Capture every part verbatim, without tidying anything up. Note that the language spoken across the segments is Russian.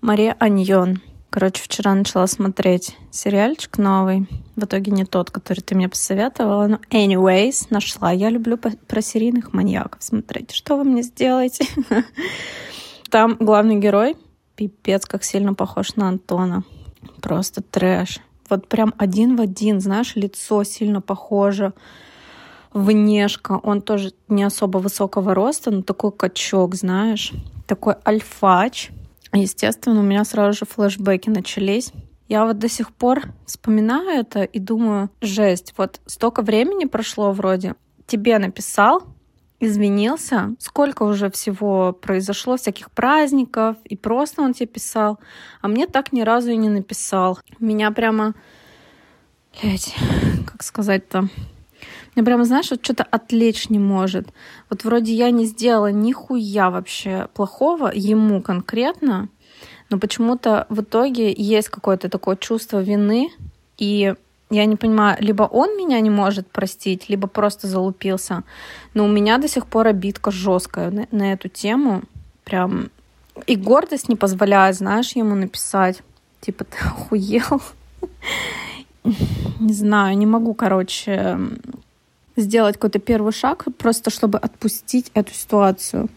Мария Аньон. Короче, вчера начала смотреть сериальчик новый. В итоге не тот, который ты мне посоветовала. Но anyways, нашла. Я люблю про серийных маньяков смотреть. Что вы мне сделаете? Там главный герой, пипец, как сильно похож на Антона. Просто трэш. Вот прям один в один, знаешь, лицо сильно похоже. Внешка. Он тоже не особо высокого роста, но такой качок, знаешь. Такой альфач. Естественно, у меня сразу же флешбеки начались. Я вот до сих пор вспоминаю это и думаю, жесть, вот столько времени прошло вроде. Тебе написал, извинился. Сколько уже всего произошло, всяких праздников, и просто он тебе писал. А мне так ни разу и не написал. Меня прямо, блядь, как сказать-то... Мне прямо, знаешь, вот что-то отвлечь не может. Вот вроде я не сделала нихуя вообще плохого ему конкретно, но почему-то в итоге есть какое-то такое чувство вины, и я не понимаю, либо он меня не может простить, либо просто залупился. Но у меня до сих пор обидка жесткая на, на эту тему. Прям и гордость не позволяет, знаешь, ему написать. Типа, ты охуел? Не знаю, не могу, короче... сделать какой-то первый шаг, просто чтобы отпустить эту ситуацию.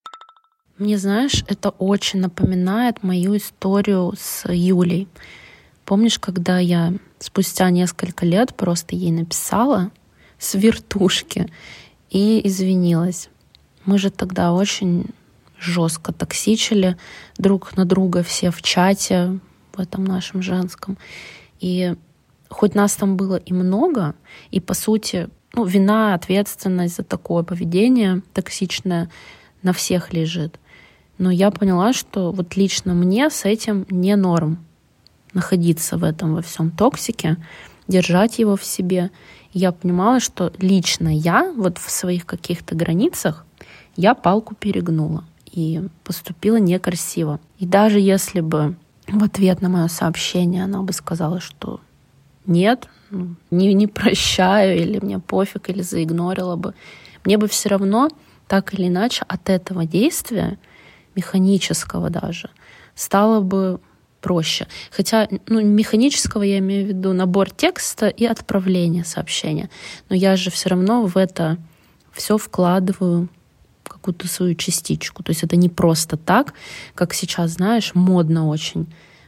Мне, знаешь, это очень напоминает мою историю с Юлей. Помнишь, когда я спустя несколько лет просто ей написала с вертушки и извинилась? Мы же тогда очень жестко токсичили друг на друга, все в чате, в этом нашем женском. И хоть нас там было и много, и, по сути, ну, вина, ответственность за такое поведение токсичное на всех лежит. Но я поняла, что вот лично мне с этим не норм находиться в этом во всем токсике, держать его в себе. И я понимала, что лично я вот в своих каких-то границах я палку перегнула и поступила некрасиво. И даже если бы в ответ на мое сообщение она бы сказала, что нет, не, не прощаю, или мне пофиг, или заигнорила бы, мне бы все равно так или иначе от этого действия, механического даже, стало бы проще. Хотя ну, механического я имею в виду набор текста и отправление сообщения. Но я же все равно в это все вкладываю какую-то свою частичку. То есть это не просто так, как сейчас, знаешь, модно очень.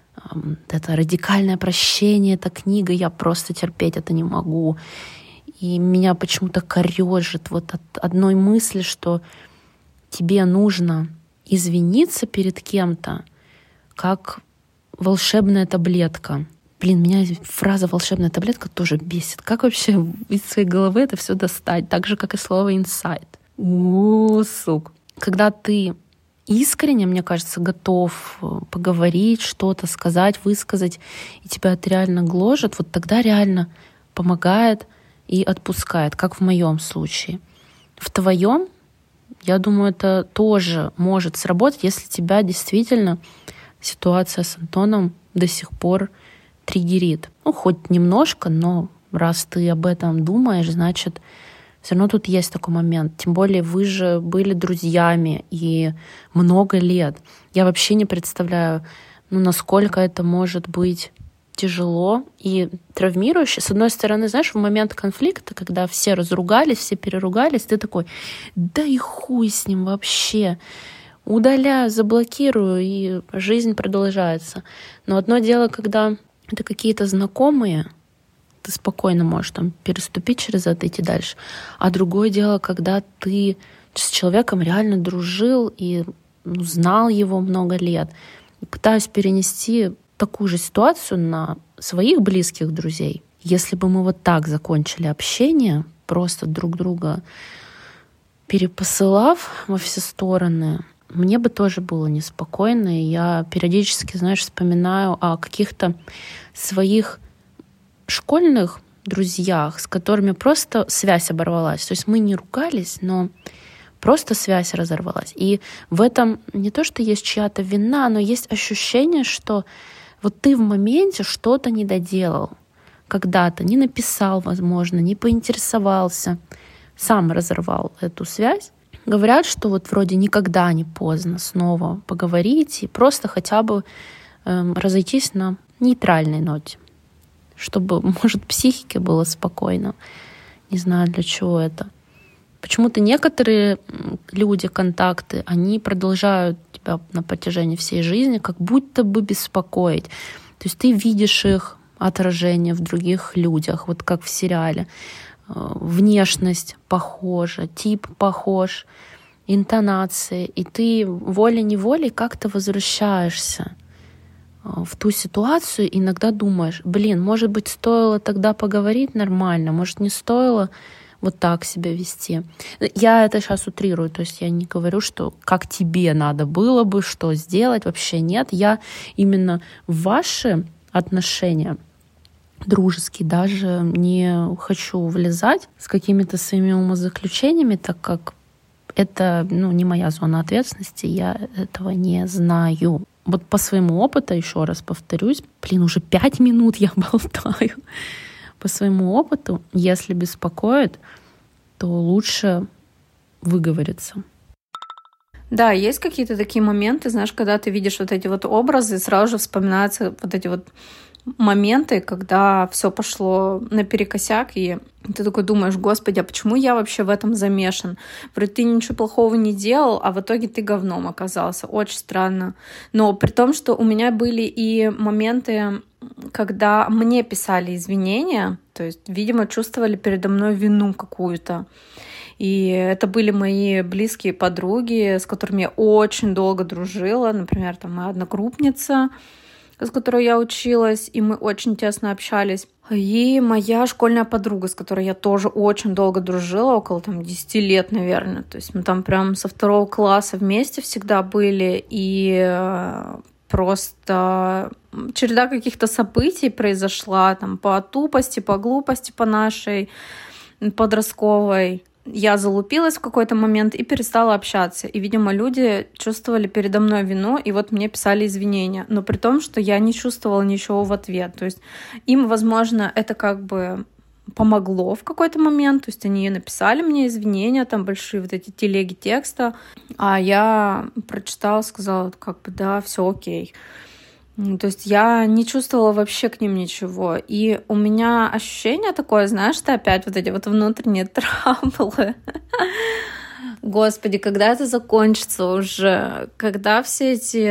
Это радикальное прощение, эта книга, я просто терпеть это не могу. И меня почему-то корёжит вот от одной мысли, что тебе нужно извиниться перед кем-то, как волшебная таблетка. Блин, меня фраза «волшебная таблетка» тоже бесит. Как вообще из своей головы это все достать? Так же, как и слово «инсайт». У, сук. Когда ты искренне, мне кажется, готов поговорить, что-то сказать, высказать, и тебя это реально гложет, вот тогда реально помогает и отпускает, как в моем случае. В твоем, я думаю, это тоже может сработать, если тебя действительно ситуация с Антоном до сих пор триггерит. Ну, хоть немножко, но раз ты об этом думаешь, значит, все равно тут есть такой момент. Тем более вы же были друзьями и много лет. Я вообще не представляю, ну, насколько это может быть тяжело и травмирующе. С одной стороны, знаешь, в момент конфликта, когда все разругались, все переругались, ты такой, да и хуй с ним вообще. Удаляю, заблокирую, и жизнь продолжается. Но одно дело, когда это какие-то знакомые, ты спокойно можешь там переступить через это, идти дальше. А другое дело, когда ты с человеком реально дружил и ну, знал его много лет. И пытаюсь перенести такую же ситуацию на своих близких друзей. Если бы мы вот так закончили общение, просто друг друга перепосылав во все стороны, мне бы тоже было неспокойно. И я периодически, знаешь, вспоминаю о каких-то своих школьных друзьях, с которыми просто связь оборвалась. То есть мы не ругались, но просто связь разорвалась. И в этом не то, что есть чья-то вина, но есть ощущение, что вот ты в моменте что-то не доделал. Когда-то не написал, возможно, не поинтересовался, сам разорвал эту связь. Говорят, что вот вроде никогда не поздно снова поговорить и просто хотя бы эм, разойтись на нейтральной ноте, чтобы, может, психике было спокойно. Не знаю, для чего это. Почему-то некоторые люди, контакты, они продолжают тебя на протяжении всей жизни как будто бы беспокоить. То есть ты видишь их отражение в других людях, вот как в сериале. Внешность похожа, тип похож, интонации. И ты волей-неволей как-то возвращаешься в ту ситуацию, иногда думаешь, блин, может быть, стоило тогда поговорить нормально, может, не стоило вот так себя вести. Я это сейчас утрирую, то есть я не говорю, что как тебе надо было бы, что сделать, вообще нет. Я именно в ваши отношения дружеские даже не хочу влезать с какими-то своими умозаключениями, так как это, ну, не моя зона ответственности, я этого не знаю. Вот по своему опыту, еще раз повторюсь, блин, уже пять минут я болтаю. По своему опыту, если беспокоит, то лучше выговориться. Да, есть какие-то такие моменты, знаешь, когда ты видишь вот эти вот образы, сразу же вспоминаются вот эти вот моменты, когда все пошло наперекосяк, и ты такой думаешь, господи, а почему я вообще в этом замешан? Вроде ты ничего плохого не делал, а в итоге ты говном оказался. Очень странно. Но при том, что у меня были и моменты, когда мне писали извинения, то есть, видимо, чувствовали передо мной вину какую-то. И это были мои близкие подруги, с которыми я очень долго дружила. Например, там моя одногруппница, с которой я училась, и мы очень тесно общались. И моя школьная подруга, с которой я тоже очень долго дружила, около там десять лет, наверное. То есть мы там прям со второго класса вместе всегда были, и просто череда каких-то событий произошла там по тупости, по глупости, по нашей подростковой. Я залупилась в какой-то момент и перестала общаться. И, видимо, люди чувствовали передо мной вину, и вот мне писали извинения. Но при том, что я не чувствовала ничего в ответ. То есть им, возможно, это как бы помогло в какой-то момент. То есть они написали мне извинения, там большие вот эти телеги текста. А я прочитала, сказала, как бы да, все окей. То есть я не чувствовала вообще к ним ничего. И у меня ощущение такое, знаешь, что опять вот эти вот внутренние травмы. Господи, когда это закончится уже? Когда все эти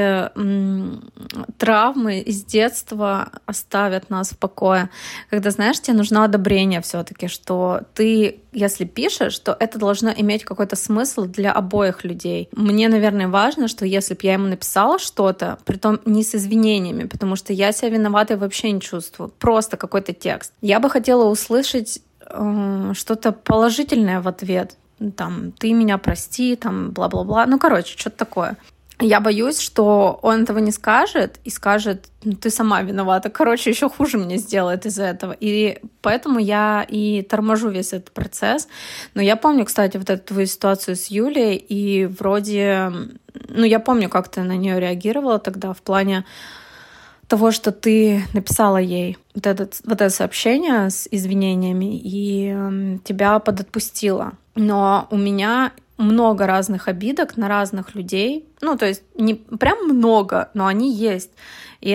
м- травмы из детства оставят нас в покое? Когда, знаешь, тебе нужно одобрение все-таки, что ты, если пишешь, то это должно иметь какой-то смысл для обоих людей. Мне, наверное, важно, что если бы я ему написала что-то, притом не с извинениями, потому что я себя виноватой вообще не чувствую, просто какой-то текст. Я бы хотела услышать э- что-то положительное в ответ. Там, ты меня прости, там, бла-бла-бла. Ну, короче, что-то такое. Я боюсь, что он этого не скажет и скажет, ну, ты сама виновата. Короче, еще хуже мне сделает из-за этого. И поэтому я и торможу весь этот процесс. Но я помню, кстати, вот эту твою ситуацию с Юлей, и вроде... Ну, я помню, как ты на нее реагировала тогда в плане того, что ты написала ей вот, этот, вот это сообщение с извинениями, и э, тебя подотпустила. Но у меня много разных обидок на разных людей. Ну, то есть не прям много, но они есть. И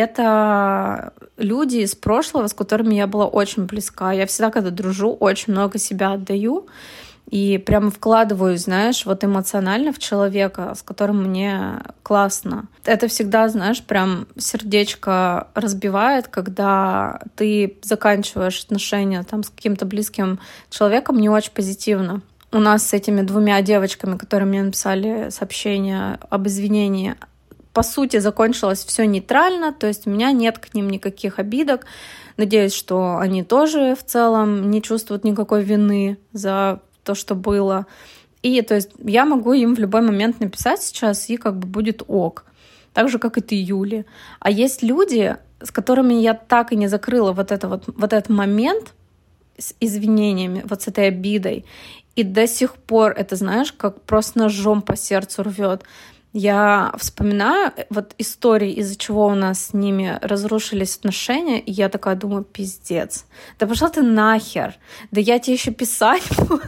это люди из прошлого, с которыми я была очень близка. Я всегда, когда дружу, очень много себя отдаю. И прямо вкладываюсь, знаешь, вот эмоционально в человека, с которым мне классно. Это всегда, знаешь, прям сердечко разбивает, когда ты заканчиваешь отношения там с каким-то близким человеком не очень позитивно. У нас с этими двумя девочками, которые мне написали сообщение об извинении, по сути, закончилось все нейтрально, то есть у меня нет к ним никаких обидок. Надеюсь, что они тоже в целом не чувствуют никакой вины за то, что было. И то есть я могу им в любой момент написать сейчас, и как бы будет ок. Так же, как и ты, Юли. А есть люди, с которыми я так и не закрыла вот, это вот, вот этот момент с извинениями, вот с этой обидой. И до сих пор это, знаешь, как просто ножом по сердцу рвет. Я вспоминаю вот истории, из-за чего у нас с ними разрушились отношения, и я такая думаю, пиздец. Да пошла ты нахер. Да я тебе еще писать.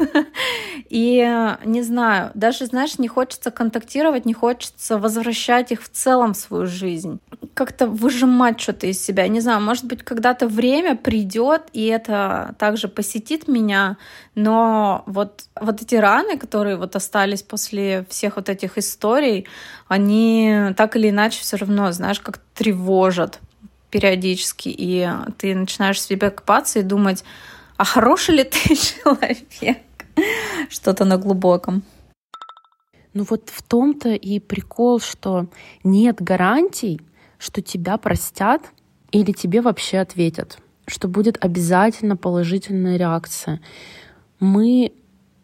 И не знаю, даже, знаешь, не хочется контактировать, не хочется возвращать их в целом в свою жизнь. Как-то выжимать что-то из себя. Не знаю, может быть, когда-то время придет, и это также посетит меня, но вот, вот эти раны, которые вот остались после всех вот этих историй, они так или иначе все равно, знаешь, как тревожат периодически, и ты начинаешь в себе копаться и думать, а хороший ли ты человек? Что-то на глубоком. Ну вот в том-то и прикол, что нет гарантий, что тебя простят или тебе вообще ответят, что будет обязательно положительная реакция. Мы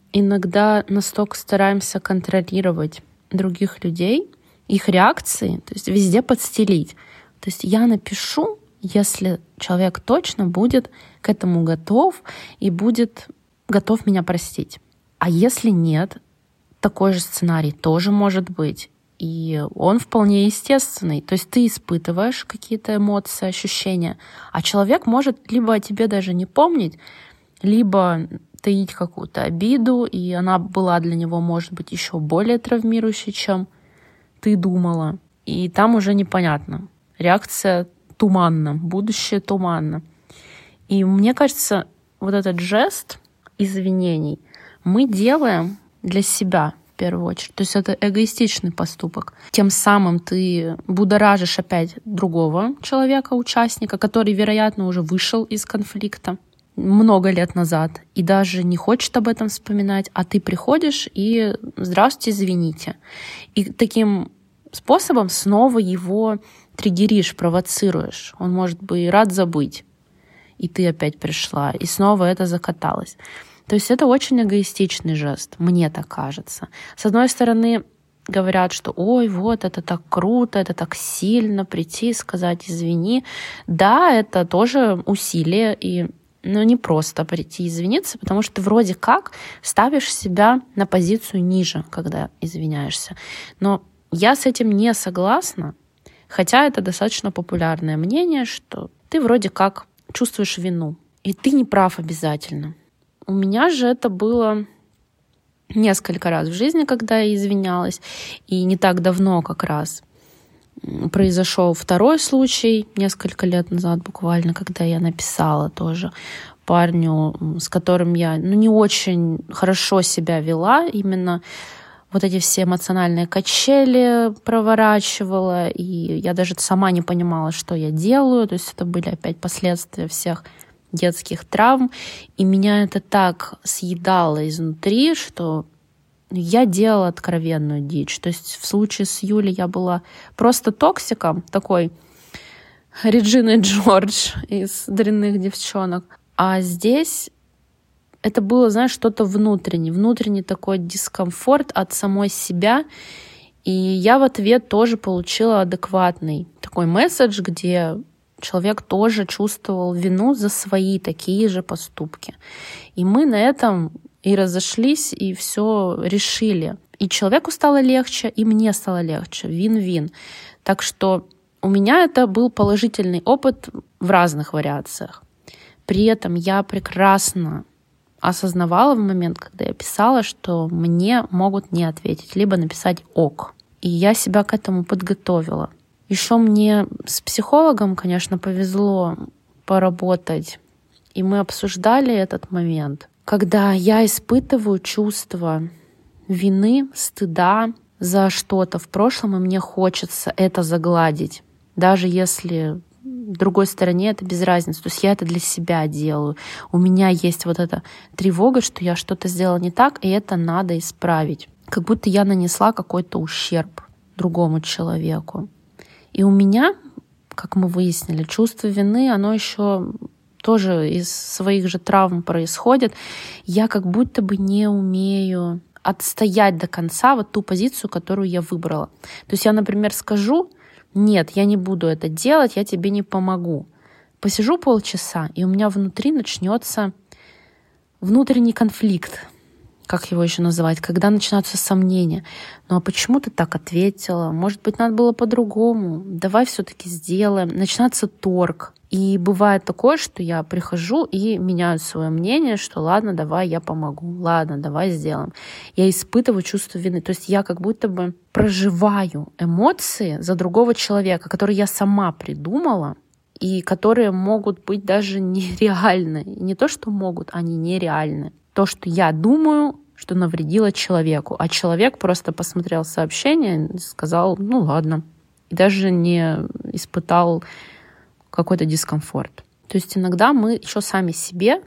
иногда настолько стараемся контролировать других людей, их реакции, то есть везде подстелить. То есть я напишу, если человек точно будет к этому готов и будет готов меня простить. А если нет, такой же сценарий тоже может быть. И он вполне естественный. То есть ты испытываешь какие-то эмоции, ощущения, а человек может либо о тебе даже не помнить, либо таить какую-то обиду, и она была для него, может быть, еще более травмирующей, чем ты думала. И там уже непонятно. Реакция туманна, будущее туманно. И мне кажется, вот этот жест извинений мы делаем для себя в первую очередь. То есть это эгоистичный поступок. Тем самым ты будоражишь опять другого человека, участника, который, вероятно, уже вышел из конфликта много лет назад и даже не хочет об этом вспоминать, а ты приходишь и «здравствуйте, извините». И таким способом снова его триггеришь, провоцируешь. Он, может быть, и рад забыть. И ты опять пришла, и снова это закаталось. То есть это очень эгоистичный жест, мне так кажется. С одной стороны, говорят, что ой, вот это так круто, это так сильно прийти и сказать «извини». Да, это тоже усилие, и но не просто прийти и извиниться, потому что ты вроде как ставишь себя на позицию ниже, когда извиняешься. Но я с этим не согласна, хотя это достаточно популярное мнение, что ты вроде как чувствуешь вину, и ты не прав обязательно. У меня же это было несколько раз в жизни, когда я извинялась, и не так давно как раз произошел второй случай, несколько лет назад буквально, когда я написала тоже парню, с которым я ну, не очень хорошо себя вела, именно вот эти все эмоциональные качели проворачивала, и я даже сама не понимала, что я делаю, то есть это были опять последствия всех детских травм, и меня это так съедало изнутри, что я делала откровенную дичь. То есть в случае с Юлей я была просто токсиком, такой Реджиной Джордж из «Дрянных девчонок». А здесь это было, знаешь, что-то внутреннее, внутренний такой дискомфорт от самой себя. И я в ответ тоже получила адекватный такой месседж, где человек тоже чувствовал вину за свои такие же поступки. И мы на этом и разошлись, и все решили. И человеку стало легче, и мне стало легче. Вин-вин. Так что у меня это был положительный опыт в разных вариациях. При этом я прекрасно осознавала в момент, когда я писала, что мне могут не ответить, либо написать «ок». И я себя к этому подготовила. Еще мне с психологом, конечно, повезло поработать, и мы обсуждали этот момент, когда я испытываю чувство вины, стыда за что-то в прошлом, и мне хочется это загладить, даже если другой стороне это без разницы. То есть я это для себя делаю. У меня есть вот эта тревога, что я что-то сделала не так, и это надо исправить. Как будто я нанесла какой-то ущерб другому человеку. И у меня, как мы выяснили, чувство вины, оно еще тоже из своих же травм происходит. Я как будто бы не умею отстоять до конца вот ту позицию, которую я выбрала. То есть я, например, скажу: нет, я не буду это делать, я тебе не помогу. Посижу полчаса, и у меня внутри начнется внутренний конфликт. как его еще называть, когда начинаются сомнения. Ну а почему ты так ответила? Может быть, надо было по-другому? Давай все-таки сделаем. Начинается торг. И бывает такое, что я прихожу и меняю свое мнение, что ладно, давай я помогу, ладно, давай сделаем. Я испытываю чувство вины. То есть я как будто бы проживаю эмоции за другого человека, которые я сама придумала, и которые могут быть даже нереальны. И не то, что могут, они нереальны. То, что я думаю, что навредило человеку. А человек просто посмотрел сообщение и сказал, ну ладно. И даже не испытал какой-то дискомфорт. То есть иногда мы еще сами себе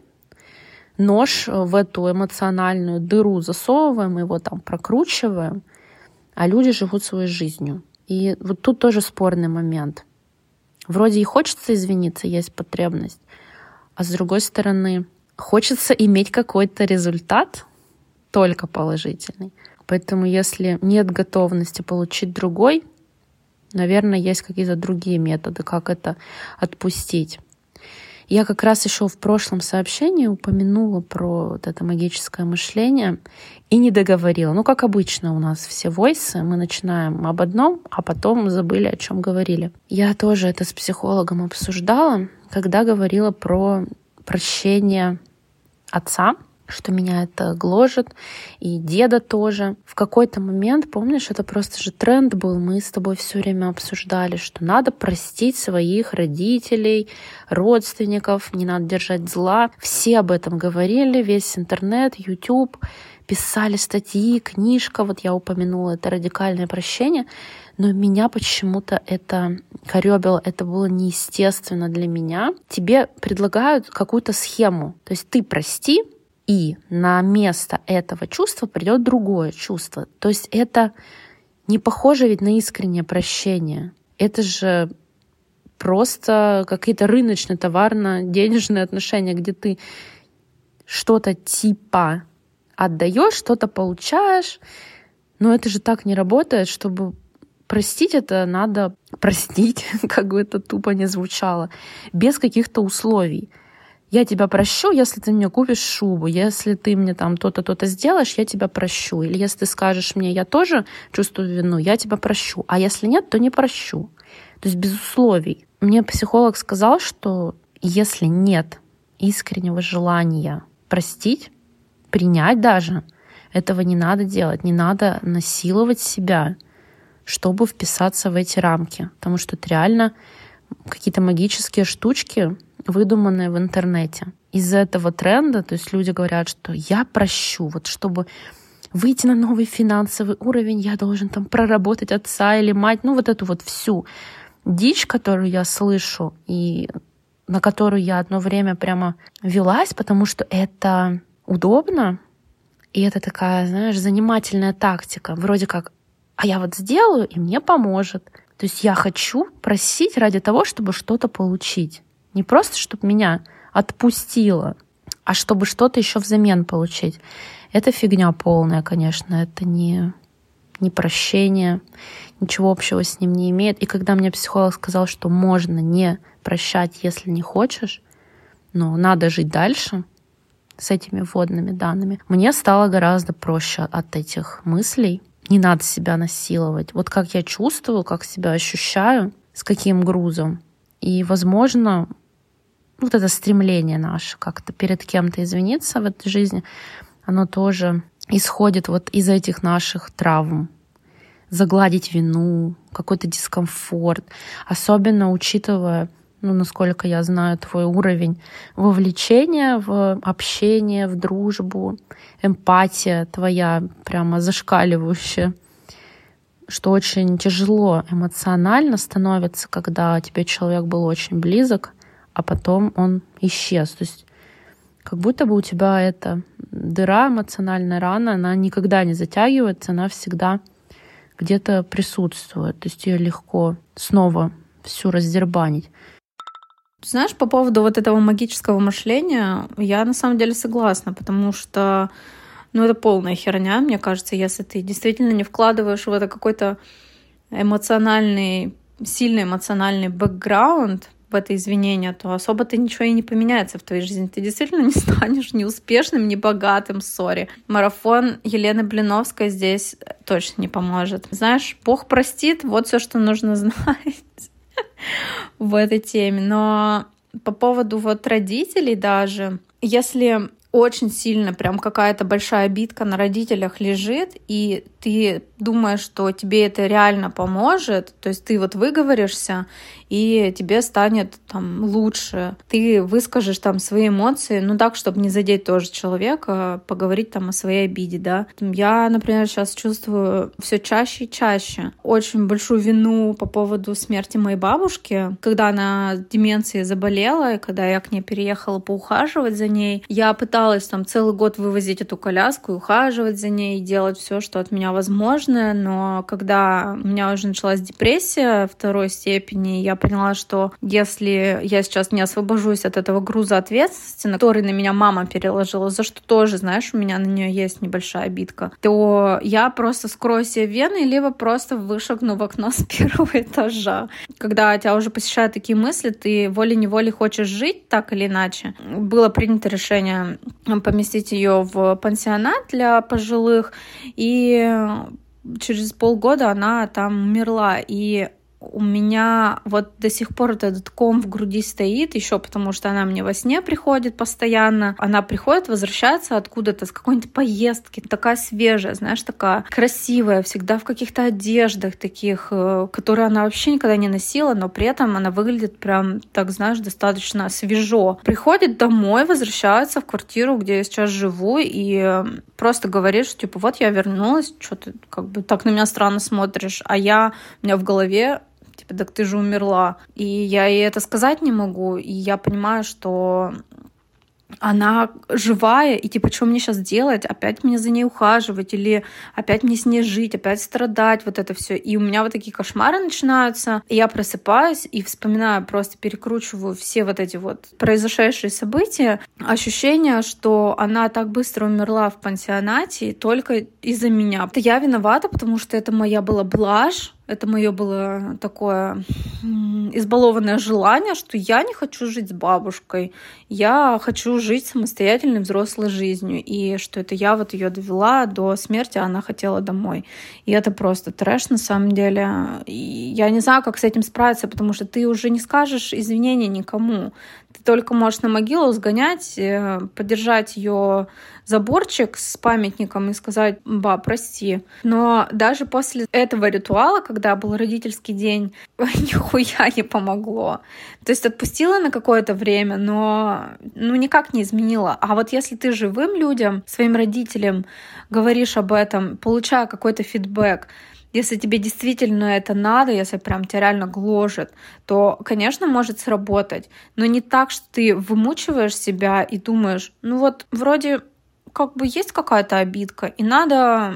нож в эту эмоциональную дыру засовываем, его там прокручиваем, а люди живут своей жизнью. И вот тут тоже спорный момент. Вроде и хочется извиниться, есть потребность, а с другой стороны, хочется иметь какой-то результат, только положительный. Поэтому если нет готовности получить другой, наверное, есть какие-то другие методы, как это отпустить. Я как раз еще в прошлом сообщении упомянула про вот это магическое мышление и не договорила. Ну, как обычно у нас все войсы, мы начинаем об одном, а потом забыли, о чем говорили. Я тоже это с психологом обсуждала, когда говорила про прощение отца, что меня это гложет, и деда тоже. В какой-то момент, помнишь, это просто же тренд был, мы с тобой все время обсуждали, что надо простить своих родителей, родственников, не надо держать зла. Все об этом говорили, весь интернет, YouTube, писали статьи, книжка, вот я упомянула, это радикальное прощение, но меня почему-то это корёбило, это было неестественно для меня. Тебе предлагают какую-то схему, то есть ты прости, и на место этого чувства придет другое чувство. То есть это не похоже ведь на искреннее прощение. Это же просто какие-то рыночные, товарно-денежные отношения, где ты что-то типа отдаешь, что-то получаешь. Но это же так не работает, чтобы простить это надо простить, как бы это тупо не звучало, без каких-то условий. Я тебя прощу, если ты мне купишь шубу, если ты мне там то-то, то-то сделаешь, я тебя прощу. Или если ты скажешь мне, я тоже чувствую вину, я тебя прощу. А если нет, то не прощу. То есть без условий. Мне психолог сказал, что если нет искреннего желания простить, принять даже, этого не надо делать. Не надо насиловать себя, чтобы вписаться в эти рамки. Потому что это реально какие-то магические штучки, выдуманные в интернете. Из-за этого тренда, то есть люди говорят, что я прощу, вот чтобы выйти на новый финансовый уровень, я должен там проработать отца или мать, ну вот эту вот всю дичь, которую я слышу, и на которую я одно время прямо велась, потому что это удобно, и это такая, знаешь, занимательная тактика, вроде как, а я вот сделаю, и мне поможет. То есть я хочу просить ради того, чтобы что-то получить. Не просто, чтобы меня отпустило, а чтобы что-то еще взамен получить. Это фигня полная, конечно. Это не, не прощение, ничего общего с ним не имеет. И когда мне психолог сказал, что можно не прощать, если не хочешь, но надо жить дальше с этими вводными данными, мне стало гораздо проще от этих мыслей. Не надо себя насиловать. Вот как я чувствую, как себя ощущаю, с каким грузом. И, возможно, вот это стремление наше как-то перед кем-то извиниться в этой жизни, оно тоже исходит вот из этих наших травм. Загладить вину, какой-то дискомфорт. Особенно учитывая, ну, насколько я знаю, твой уровень вовлечения в общение, в дружбу, эмпатия твоя прямо зашкаливающая, что очень тяжело эмоционально становится, когда тебе человек был очень близок, а потом он исчез. То есть как будто бы у тебя эта дыра, эмоциональная рана, она никогда не затягивается, она всегда где-то присутствует. То есть ее легко снова всю раздербанить. Знаешь, по поводу вот этого магического мышления, я на самом деле согласна, потому что, ну, это полная херня, мне кажется, если ты действительно не вкладываешь в это какой-то эмоциональный, сильный эмоциональный бэкграунд, в это извинение, то особо-то ничего и не поменяется в твоей жизни. Ты действительно не станешь ни успешным, ни богатым, сори. Марафон Елены Блиновской здесь точно не поможет. Знаешь, Бог простит, вот все, что нужно знать в этой теме. Но по поводу вот родителей даже, если очень сильно прям какая-то большая обидка на родителях лежит, и ты думаешь, что тебе это реально поможет, то есть ты вот выговоришься, и тебе станет там лучше. Ты выскажешь там свои эмоции, ну так, чтобы не задеть тоже человека, поговорить там о своей обиде, да. Я, например, сейчас чувствую все чаще и чаще очень большую вину по поводу смерти моей бабушки. Когда она деменцией заболела, и когда я к ней переехала поухаживать за ней, я пыталась там целый год вывозить эту коляску и ухаживать за ней, и делать все, что от меня возможно, но когда у меня уже началась депрессия второй степени, я поняла, что если я сейчас не освобожусь от этого груза ответственности, на который на меня мама переложила, за что тоже, знаешь, у меня на нее есть небольшая обидка, то я просто скрою себе вены, либо просто вышагну в окно с первого этажа. Когда тебя уже посещают такие мысли, ты волей-неволей хочешь жить так или иначе. Было принято решение поместить ее в пансионат для пожилых, и через полгода она там умерла. И у меня вот до сих пор этот ком в груди стоит, еще потому что она мне во сне приходит постоянно. Она приходит, возвращается откуда-то с какой-нибудь поездки, такая свежая, знаешь, такая красивая, всегда в каких-то одеждах таких, которые она вообще никогда не носила, но при этом она выглядит прям, так знаешь, достаточно свежо. Приходит домой, возвращается в квартиру, где я сейчас живу, и просто говорит, что типа вот я вернулась, что ты как бы так на меня странно смотришь, а я, у меня в голове типа, так ты же умерла. И я ей это сказать не могу. И я понимаю, что она живая, и типа, что мне сейчас делать? Опять мне за ней ухаживать? Или опять мне с ней жить? Опять страдать? Вот это все. И у меня вот такие кошмары начинаются. И я просыпаюсь и вспоминаю, просто перекручиваю все вот эти вот произошедшие события. Ощущение, что она так быстро умерла в пансионате только из-за меня. Это я виновата, потому что это моя была блажь. Это мое было такое избалованное желание, что я не хочу жить с бабушкой, я хочу жить самостоятельной взрослой жизнью, и что это я вот ее довела до смерти, а она хотела домой. И это просто трэш на самом деле. И я не знаю, как с этим справиться, потому что ты уже не скажешь извинения никому. Ты только можешь на могилу сгонять, подержать ее заборчик с памятником и сказать: ба, прости. Но даже после этого ритуала, когда был родительский день, нихуя не помогло. То есть отпустила на какое-то время, но ну, никак не изменила. А вот если ты живым людям, своим родителям говоришь об этом, получая какой-то фидбэк, если тебе действительно это надо, если прям тебя реально гложет, то, конечно, может сработать. Но не так, что ты вымучиваешь себя и думаешь, ну вот вроде как бы есть какая-то обидка, и надо,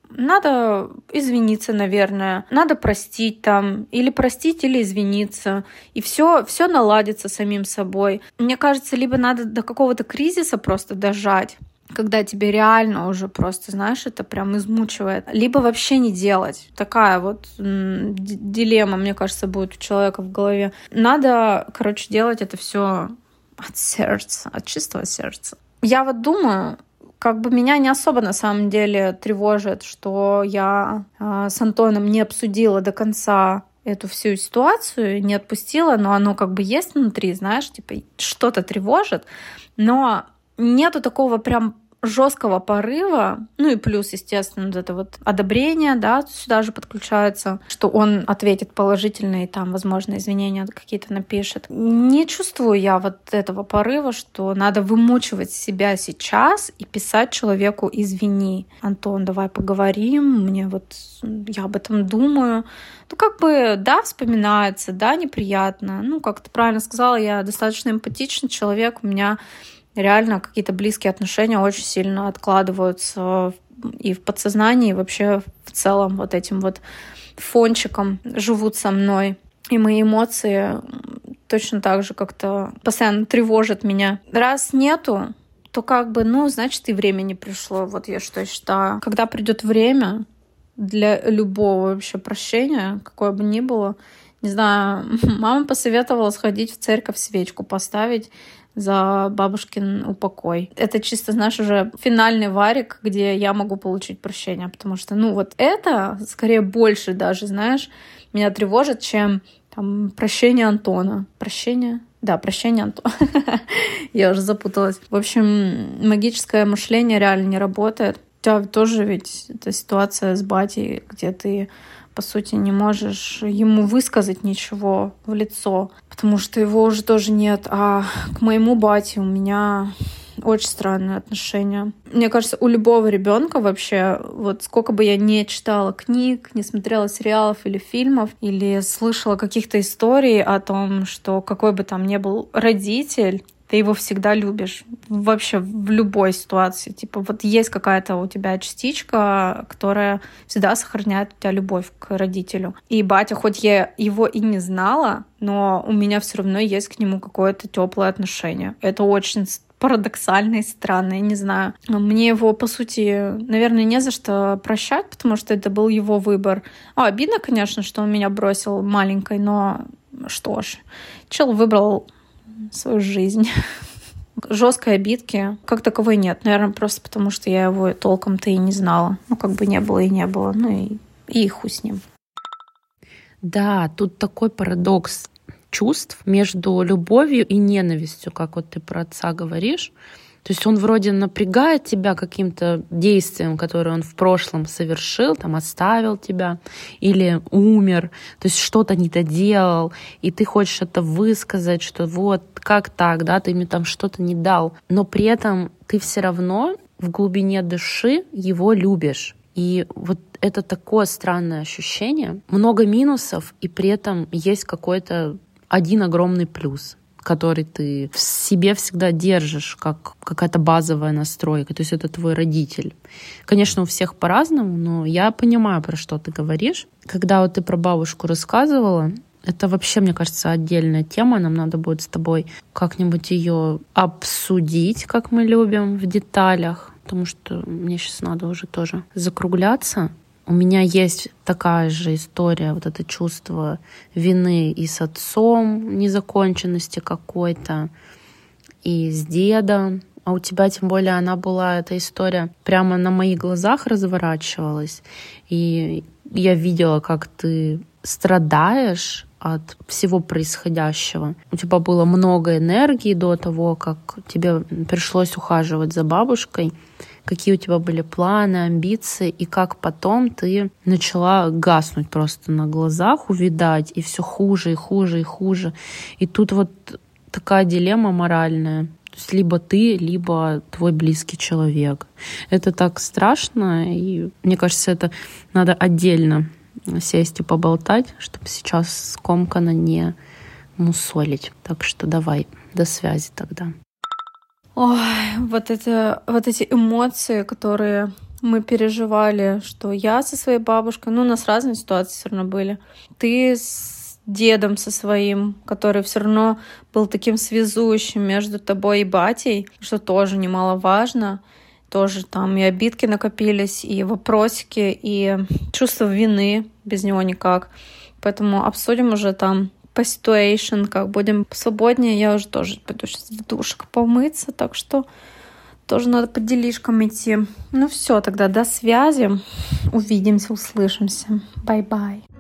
надо извиниться, наверное, надо простить там, или простить, или извиниться, и все, все наладится самим собой. Мне кажется, либо надо до какого-то кризиса просто дожать, когда тебе реально уже просто, знаешь, это прям измучивает, либо вообще не делать. Такая вот м- дилемма, мне кажется, будет у человека в голове. Надо, короче, делать это все от сердца, от чистого сердца. Я вот думаю, как бы меня не особо на самом деле тревожит, что я э, с Антоном не обсудила до конца эту всю ситуацию, не отпустила, но оно как бы есть внутри, знаешь, типа что-то тревожит, но нету такого прям жесткого порыва, ну и плюс, естественно, вот это вот одобрение, да, сюда же подключается, что он ответит положительно и там, возможно, извинения какие-то напишет. Не чувствую я вот этого порыва, что надо вымучивать себя сейчас и писать человеку: извини, Антон, давай поговорим, мне вот, я об этом думаю. Ну, как бы, да, вспоминается, да, неприятно. Ну, как ты правильно сказала, я достаточно эмпатичный человек, у меня реально какие-то близкие отношения очень сильно откладываются и в подсознании, и вообще в целом вот этим вот фончиком живут со мной. И мои эмоции точно так же как-то постоянно тревожат меня. Раз нету, то как бы, ну, значит, и время не пришло. Вот я что считаю. Когда придет время для любого вообще прощения, какое бы ни было, Не знаю, мама посоветовала сходить в церковь, свечку поставить за бабушкин упокой. Это чисто, знаешь, уже финальный варик, где я могу получить прощение. Потому что, ну, вот это скорее больше даже, знаешь, меня тревожит, чем там прощение Антона. Прощение? Да, прощение Антона. Я уже запуталась. В общем, магическое мышление реально не работает. У тебя тоже ведь эта ситуация с батей, где ты, по сути, не можешь ему высказать ничего в лицо, потому что его уже тоже нет. А к моему бате у меня очень странные отношения. Мне кажется, у любого ребенка вообще, вот сколько бы я не читала книг, не смотрела сериалов или фильмов, или слышала каких-то историй о том, что какой бы там ни был родитель, ты его всегда любишь. Вообще в любой ситуации. Типа вот есть какая-то у тебя частичка, которая всегда сохраняет у тебя любовь к родителю. И батя, хоть я его и не знала, но у меня все равно есть к нему какое-то теплое отношение. Это очень парадоксально и странно, я не знаю. Мне его, по сути, наверное, не за что прощать, потому что это был его выбор. А, обидно, конечно, что он меня бросил маленькой, но что ж, чел выбрал свою жизнь. Жесткой обидки как таковой нет. Наверное, просто потому, что я его толком-то и не знала. Ну, как бы не было и не было. Ну и, и хуй с ним. Да, тут такой парадокс чувств между любовью и ненавистью, как вот ты про отца говоришь. То есть он вроде напрягает тебя каким-то действием, которое он в прошлом совершил, там оставил тебя или умер, то есть что-то не доделал, и ты хочешь это высказать, что вот как так, да, ты мне там что-то не дал. Но при этом ты все равно в глубине души его любишь. И вот это такое странное ощущение. Много минусов, и при этом есть какой-то один огромный плюс, который ты в себе всегда держишь, как какая-то базовая настройка. То есть это твой родитель. Конечно, у всех по-разному, но я понимаю, про что ты говоришь. Когда вот ты про бабушку рассказывала, это вообще, мне кажется, отдельная тема. Нам надо будет с тобой как-нибудь ее обсудить, как мы любим, в деталях. Потому что мне сейчас надо уже тоже закругляться. У меня есть такая же история, вот это чувство вины и с отцом, незаконченности какой-то, и с дедом. А у тебя, тем более, она была, эта история прямо на моих глазах разворачивалась. И я видела, как ты страдаешь от всего происходящего. У тебя было много энергии до того, как тебе пришлось ухаживать за бабушкой. Какие у тебя были планы, амбиции, и как потом ты начала гаснуть просто на глазах, увидать, и все хуже, и хуже, и хуже. И тут вот такая дилемма моральная. То есть либо ты, либо твой близкий человек. Это так страшно, и мне кажется, это надо отдельно сесть и поболтать, чтобы сейчас скомканно не мусолить. Так что давай, до связи тогда. Ой, вот это, вот эти эмоции, которые мы переживали, что я со своей бабушкой, ну, у нас разные ситуации все равно были. Ты с дедом со своим, который все равно был таким связующим между тобой и батей, что тоже немаловажно. Тоже там и обидки накопились, и вопросики, и чувство вины, без него никак. Поэтому обсудим уже там по ситуации, как будем свободнее. Я уже тоже пойду сейчас в душик помыться, так что тоже надо по делишкам идти. Ну все, тогда до связи. Увидимся, услышимся. Бай-бай.